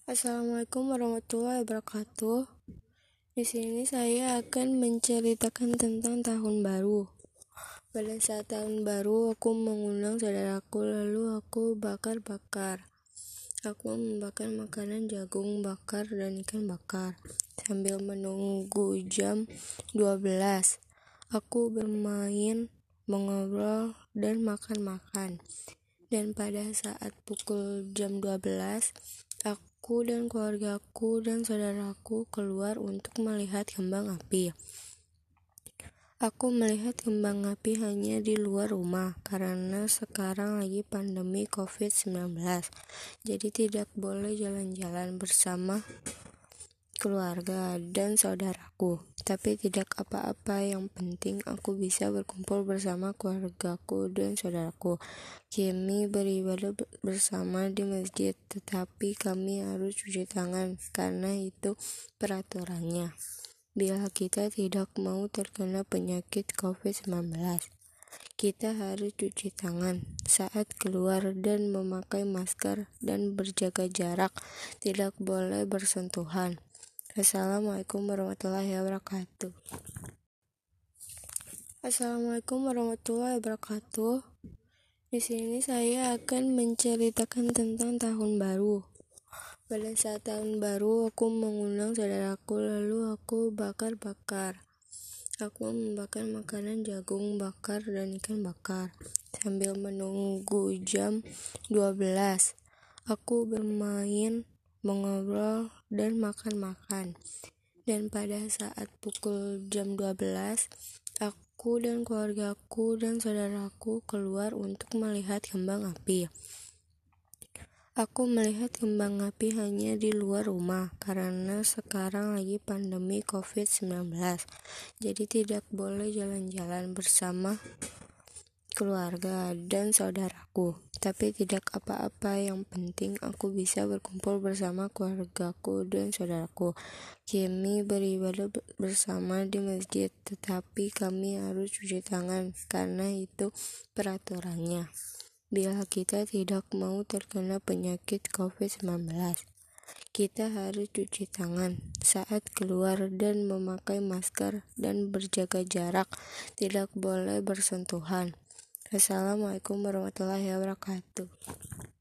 Assalamualaikum warahmatullahi wabarakatuh. Di sini saya akan menceritakan tentang tahun baru. Pada saat tahun baru, aku mengundang saudaraku, lalu aku bakar-bakar. Aku membakar makanan jagung bakar dan ikan bakar. Sambil menunggu jam 12, aku bermain, mengobrol, dan makan-makan. Dan pada saat pukul jam 12, aku dan keluargaku dan saudaraku keluar untuk melihat kembang api. Aku melihat kembang api hanya di luar rumah karena sekarang lagi pandemi COVID-19. Jadi tidak boleh jalan-jalan bersama keluarga dan saudaraku. Tapi tidak apa-apa, yang penting aku bisa berkumpul bersama keluargaku dan saudaraku. Kami beribadah bersama di masjid, tetapi kami harus cuci tangan karena itu peraturannya. Bila kita tidak mau terkena penyakit COVID-19, kita harus cuci tangan saat keluar dan memakai masker dan berjaga jarak, tidak boleh bersentuhan. Assalamualaikum warahmatullahi wabarakatuh. Assalamualaikum warahmatullahi wabarakatuh. Di sini saya akan menceritakan tentang tahun baru. Pada saat tahun baru, aku mengundang saudaraku, lalu aku bakar-bakar. Aku membakar makanan jagung bakar dan ikan bakar. Sambil menunggu jam 12, aku bermain, mengobrol, dan makan-makan. Dan pada saat pukul jam 12, aku dan keluargaku dan saudaraku keluar untuk melihat kembang api. Aku melihat kembang api hanya di luar rumah karena sekarang lagi pandemi COVID-19. Jadi tidak boleh jalan-jalan bersama keluarga dan saudaraku. Tapi tidak apa-apa, yang penting aku bisa berkumpul bersama keluargaku dan saudaraku. Kami beribadah bersama di masjid, tetapi kami harus cuci tangan karena itu peraturannya. Bila kita tidak mau terkena penyakit COVID-19, kita harus cuci tangan saat keluar dan memakai masker dan berjaga jarak, tidak boleh bersentuhan. Assalamualaikum warahmatullahi wabarakatuh.